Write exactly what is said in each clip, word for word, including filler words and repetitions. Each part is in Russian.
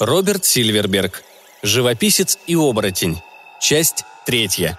Роберт Сильверберг. Живописец и оборотень. Часть третья.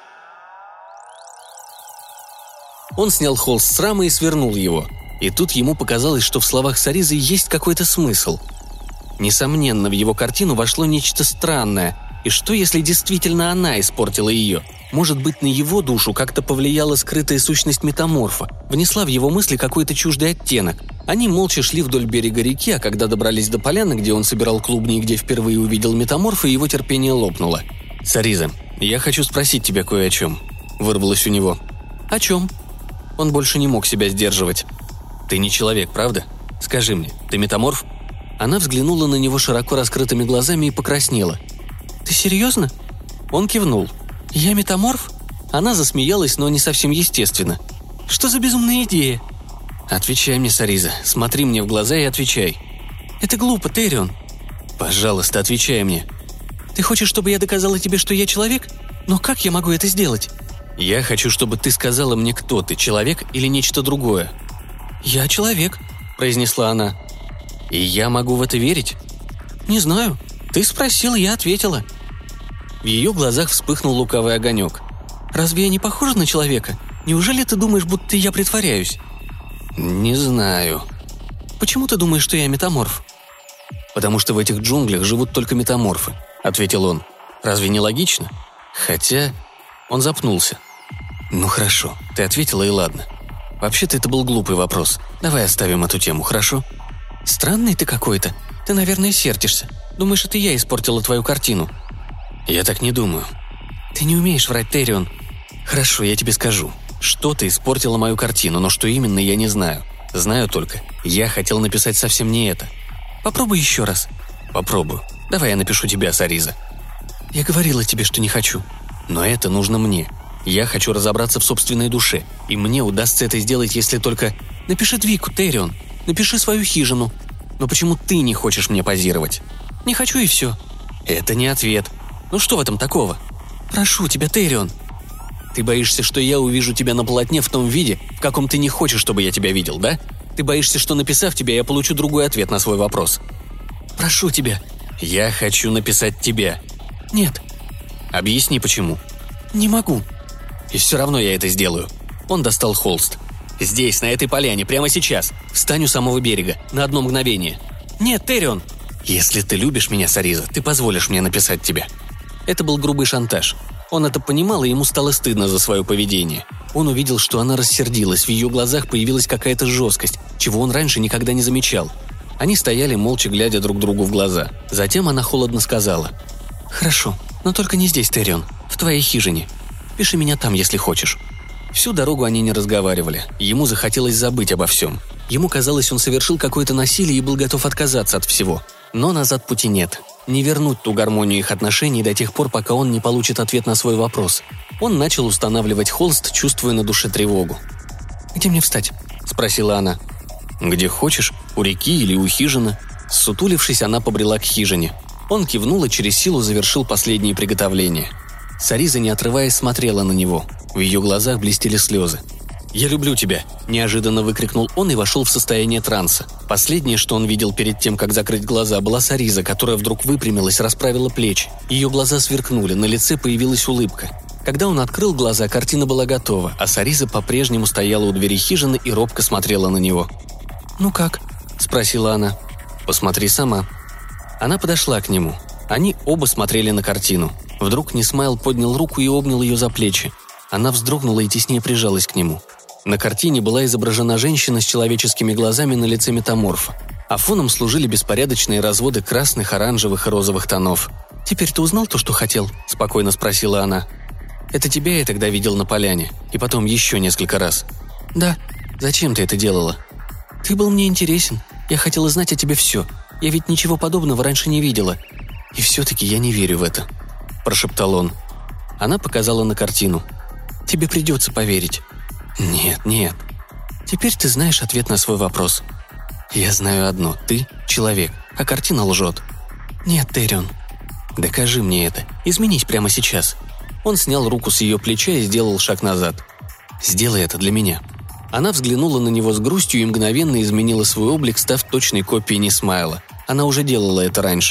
Он снял холст с рамы и свернул его. И тут ему показалось, что в словах Саризы есть какой-то смысл. Несомненно, в его картину вошло нечто странное. И что, если действительно она испортила ее? Может быть, на его душу как-то повлияла скрытая сущность метаморфа, внесла в его мысли какой-то чуждый оттенок. Они молча шли вдоль берега реки, а когда добрались до поляны, где он собирал клубни и где впервые увидел метаморфа, его терпение лопнуло. «Сариза, я хочу спросить тебя кое о чем», — вырвалось у него. «О чем?» Он больше не мог себя сдерживать. «Ты не человек, правда? Скажи мне, ты метаморф?» Она взглянула на него широко раскрытыми глазами и покраснела. «Ты серьезно?» Он кивнул. «Я метаморф?» Она засмеялась, но не совсем естественно. «Что за безумная идея?» «Отвечай мне, Сариза, смотри мне в глаза и отвечай». «Это глупо, Тэрион». «Пожалуйста, отвечай мне». «Ты хочешь, чтобы я доказала тебе, что я человек? Но как я могу это сделать?» «Я хочу, чтобы ты сказала мне, кто ты, человек или нечто другое». «Я человек», — произнесла она. «И я могу в это верить?» «Не знаю. Ты спросил, я ответила». В ее глазах вспыхнул лукавый огонек. «Разве я не похожа на человека? Неужели ты думаешь, будто я притворяюсь?» «Не знаю». «Почему ты думаешь, что я метаморф?» «Потому что в этих джунглях живут только метаморфы», — ответил он. «Разве не логично? Хотя...» Он запнулся. «Ну хорошо, ты ответила и ладно. Вообще-то это был глупый вопрос. Давай оставим эту тему, хорошо?» «Странный ты какой-то. Ты, наверное, сердишься. Думаешь, это я испортила твою картину?» «Я так не думаю». «Ты не умеешь врать, Тэрион». «Хорошо, я тебе скажу. Что-то испортило мою картину, но что именно, я не знаю. Знаю только, я хотел написать совсем не это». «Попробуй еще раз». «Попробую. Давай я напишу тебя, Сариза». «Я говорила тебе, что не хочу». «Но это нужно мне. Я хочу разобраться в собственной душе, и мне удастся это сделать, если только...» «Напиши Двику, Тэрион. Напиши свою хижину. Но почему ты не хочешь мне позировать?» «Не хочу и все». «Это не ответ. Ну что в этом такого?» «Прошу тебя, Тэрион». «Ты боишься, что я увижу тебя на полотне в том виде, в каком ты не хочешь, чтобы я тебя видел, да? Ты боишься, что, написав тебя, я получу другой ответ на свой вопрос?» «Прошу тебя». «Я хочу написать тебя». «Нет». «Объясни, почему». «Не могу». «И все равно я это сделаю». Он достал холст. «Здесь, на этой поляне, прямо сейчас. Встань у самого берега. На одно мгновение». «Нет, Тэрион». «Если ты любишь меня, Сариза, ты позволишь мне написать тебя». Это был грубый шантаж. Он это понимал, и ему стало стыдно за свое поведение. Он увидел, что она рассердилась, в ее глазах появилась какая-то жесткость, чего он раньше никогда не замечал. Они стояли, молча глядя друг другу в глаза. Затем она холодно сказала. «Хорошо, но только не здесь, Тэрион, в твоей хижине. Пиши меня там, если хочешь». Всю дорогу они не разговаривали. Ему захотелось забыть обо всем. Ему казалось, он совершил какое-то насилие и был готов отказаться от всего. Но назад пути нет. Не вернуть ту гармонию их отношений до тех пор, пока он не получит ответ на свой вопрос. Он начал устанавливать холст, чувствуя на душе тревогу. «Где мне встать?» – спросила она. «Где хочешь, у реки или у хижины». Ссутулившись, она побрела к хижине. Он кивнул и через силу завершил последние приготовления. Сариза, не отрываясь, смотрела на него. В ее глазах блестели слезы. «Я люблю тебя!» – неожиданно выкрикнул он и вошел в состояние транса. Последнее, что он видел перед тем, как закрыть глаза, была Сариза, которая вдруг выпрямилась, расправила плечи. Ее глаза сверкнули, на лице появилась улыбка. Когда он открыл глаза, картина была готова, а Сариза по-прежнему стояла у двери хижины и робко смотрела на него. «Ну как?» – спросила она. «Посмотри сама». Она подошла к нему. Они оба смотрели на картину. Вдруг Нисмайл поднял руку и обнял ее за плечи. Она вздрогнула и теснее прижалась к нему. На картине была изображена женщина с человеческими глазами на лице метаморфа, а фоном служили беспорядочные разводы красных, оранжевых и розовых тонов. «Теперь ты узнал то, что хотел?» – спокойно спросила она. «Это тебя я тогда видел на поляне, и потом еще несколько раз». «Да. Зачем ты это делала?» «Ты был мне интересен. Я хотела знать о тебе все. Я ведь ничего подобного раньше не видела. И все-таки я не верю в это», – прошептал он. Она показала на картину. «Тебе придется поверить». «Нет, нет. Теперь ты знаешь ответ на свой вопрос. Я знаю одно. Ты – человек, а картина лжет». «Нет, Тэрион». «Докажи мне это. Изменись прямо сейчас». Он снял руку с ее плеча и сделал шаг назад. «Сделай это для меня». Она взглянула на него с грустью и мгновенно изменила свой облик, став точной копией Нисмайла. Она уже делала это раньше.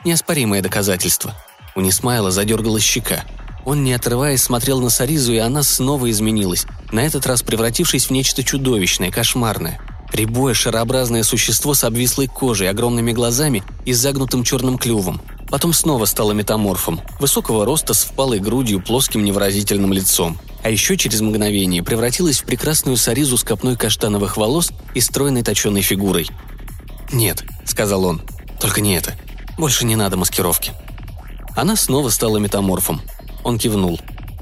Неоспоримое доказательство. У Нисмайла задергалась щека. Он, не отрываясь, смотрел на Саризу, и она снова изменилась, на этот раз превратившись в нечто чудовищное, кошмарное. Рябое шарообразное существо с обвислой кожей, огромными глазами и загнутым черным клювом. Потом снова стало метаморфом, высокого роста с впалой грудью, плоским невыразительным лицом. А еще через мгновение превратилась в прекрасную Саризу с копной каштановых волос и стройной точеной фигурой. «Нет», — сказал он, — «только не это. Больше не надо маскировки». Она снова стала метаморфом. Он кивнул.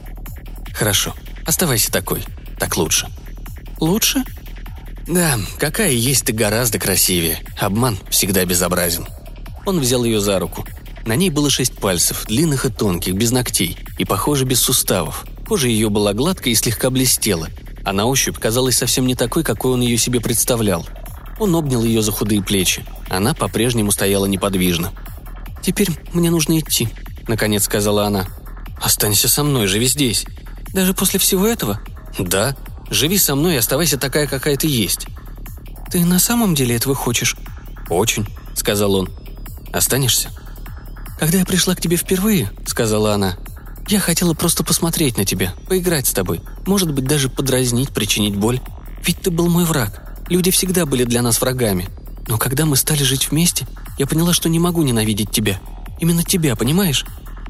«Хорошо, оставайся такой. Так лучше». «Лучше?» «Да, какая есть, ты гораздо красивее. Обман всегда безобразен». Он взял ее за руку. На ней было шесть пальцев, длинных и тонких, без ногтей, и, похоже, без суставов. Кожа ее была гладкой и слегка блестела, а на ощупь казалась совсем не такой, какой он ее себе представлял. Он обнял ее за худые плечи. Она по-прежнему стояла неподвижно. «Теперь мне нужно идти», — наконец сказала она. «Останься со мной, живи здесь». «Даже после всего этого?» «Да. Живи со мной и оставайся такая, какая ты есть». «Ты на самом деле этого хочешь?» «Очень», — сказал он. «Останешься?» «Когда я пришла к тебе впервые», — сказала она, — «я хотела просто посмотреть на тебя, поиграть с тобой, может быть, даже подразнить, причинить боль. Ведь ты был мой враг. Люди всегда были для нас врагами. Но когда мы стали жить вместе, я поняла, что не могу ненавидеть тебя. Именно тебя, понимаешь?»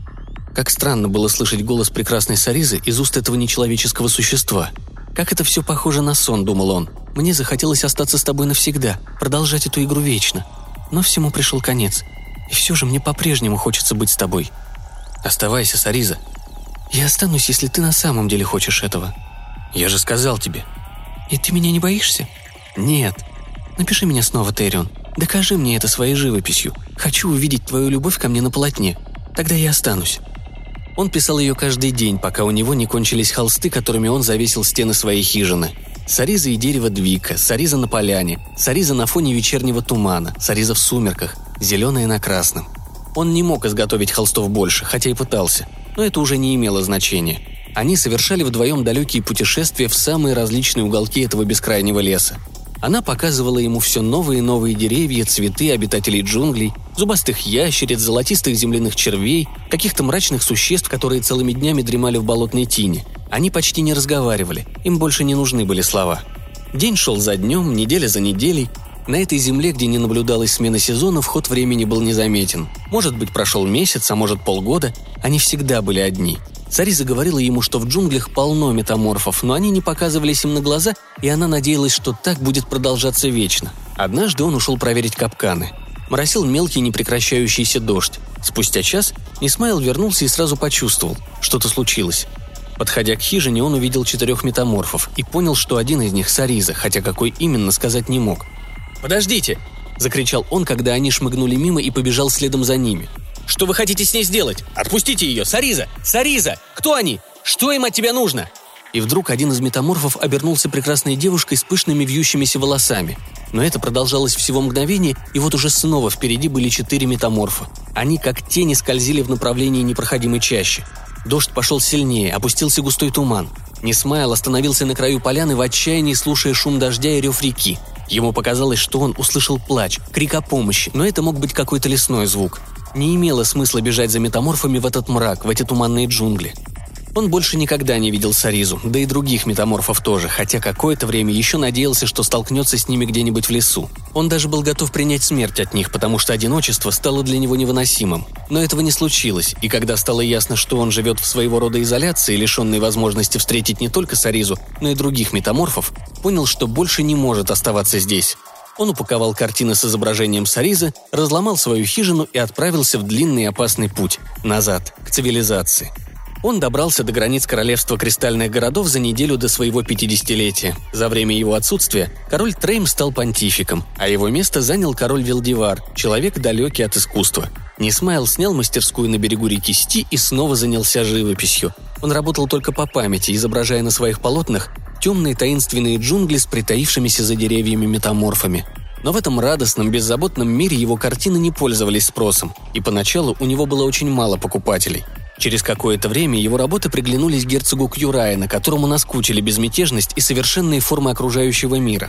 Как странно было слышать голос прекрасной Саризы из уст этого нечеловеческого существа. «Как это все похоже на сон», — думал он. «Мне захотелось остаться с тобой навсегда, продолжать эту игру вечно. Но всему пришел конец. И все же мне по-прежнему хочется быть с тобой». «Оставайся, Сариза». «Я останусь, если ты на самом деле хочешь этого». «Я же сказал тебе». «И ты меня не боишься?» «Нет». «Напиши меня снова, Тэрион. Докажи мне это своей живописью. Хочу увидеть твою любовь ко мне на полотне. Тогда я останусь». Он писал ее каждый день, пока у него не кончились холсты, которыми он завесил стены своей хижины. Сариза и дерево Двика, Сариза на поляне, Сариза на фоне вечернего тумана, Сариза в сумерках, зеленая на красном. Он не мог изготовить холстов больше, хотя и пытался, но это уже не имело значения. Они совершали вдвоем далекие путешествия в самые различные уголки этого бескрайнего леса. Она показывала ему все новые и новые деревья, цветы, обитателей джунглей, зубастых ящериц, золотистых земляных червей, каких-то мрачных существ, которые целыми днями дремали в болотной тине. Они почти не разговаривали, им больше не нужны были слова. День шел за днем, неделя за неделей. На этой земле, где не наблюдалась смена сезонов, ход времени был незаметен. Может быть, прошел месяц, а может, полгода. Они всегда были одни. Сариза говорила ему, что в джунглях полно метаморфов, но они не показывались им на глаза, и она надеялась, что так будет продолжаться вечно. Однажды он ушел проверить капканы. Моросил мелкий непрекращающийся дождь. Спустя час Нисмайл вернулся и сразу почувствовал, что-то случилось. Подходя к хижине, он увидел четырех метаморфов и понял, что один из них Сариза, хотя какой именно сказать не мог. «Подождите!» – закричал он, когда они шмыгнули мимо, и побежал следом за ними. «Что вы хотите с ней сделать? Отпустите ее! Сариза! Сариза! Кто они? Что им от тебя нужно?» И вдруг один из метаморфов обернулся прекрасной девушкой с пышными вьющимися волосами. Но это продолжалось всего мгновение, и вот уже снова впереди были четыре метаморфа. Они как тени скользили в направлении непроходимой чащи. Дождь пошел сильнее, опустился густой туман. Нисмайл остановился на краю поляны в отчаянии, слушая шум дождя и рев реки. Ему показалось, что он услышал плач, крик о помощи, но это мог быть какой-то лесной звук. Не имело смысла бежать за метаморфами в этот мрак, в эти туманные джунгли. Он больше никогда не видел Саризу, да и других метаморфов тоже, хотя какое-то время еще надеялся, что столкнется с ними где-нибудь в лесу. Он даже был готов принять смерть от них, потому что одиночество стало для него невыносимым. Но этого не случилось, и когда стало ясно, что он живет в своего рода изоляции, лишенной возможности встретить не только Саризу, но и других метаморфов, понял, что больше не может оставаться здесь. Он упаковал картины с изображением Саризы, разломал свою хижину и отправился в длинный и опасный путь – назад, к цивилизации. Он добрался до границ королевства кристальных городов за неделю до своего пятидесятилетия. За время его отсутствия король Трейм стал понтификом, а его место занял король Вилдивар, человек далекий от искусства. Нисмайл снял мастерскую на берегу реки Сти и снова занялся живописью. Он работал только по памяти, изображая на своих полотнах темные таинственные джунгли с притаившимися за деревьями метаморфами. Но в этом радостном, беззаботном мире его картины не пользовались спросом, и поначалу у него было очень мало покупателей. Через какое-то время его работы приглянулись герцогу Кьюрайна, которому наскучили безмятежность и совершенные формы окружающего мира.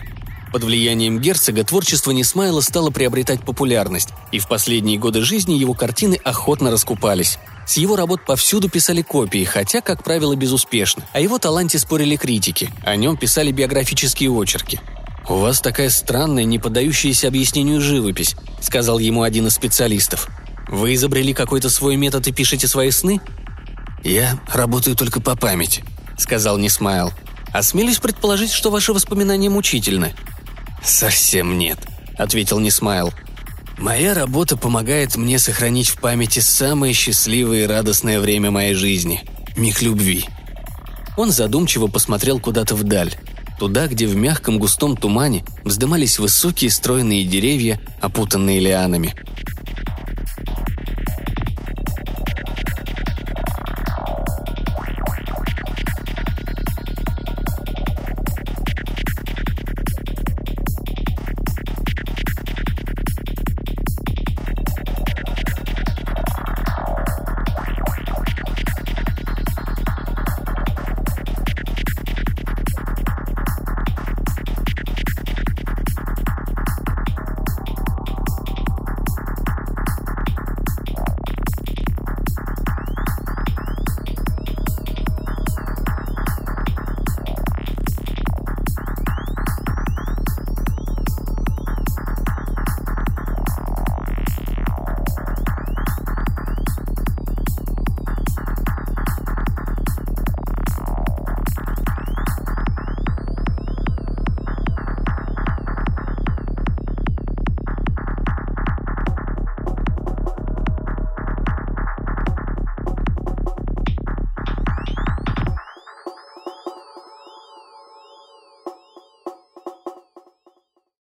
Под влиянием герцога творчество Нисмайла стало приобретать популярность, и в последние годы жизни его картины охотно раскупались. С его работ повсюду писали копии, хотя, как правило, безуспешно. О его таланте спорили критики, о нем писали биографические очерки. «У вас такая странная, не поддающаяся объяснению живопись», — сказал ему один из специалистов. «Вы изобрели какой-то свой метод и пишете свои сны?» «Я работаю только по памяти», — сказал Нисмайл. «Осмелюсь предположить, что ваши воспоминания мучительны». «Совсем нет», — ответил Нисмайл. «Моя работа помогает мне сохранить в памяти самое счастливое и радостное время моей жизни – миг любви». Он задумчиво посмотрел куда-то вдаль, туда, где в мягком густом тумане вздымались высокие стройные деревья, опутанные лианами.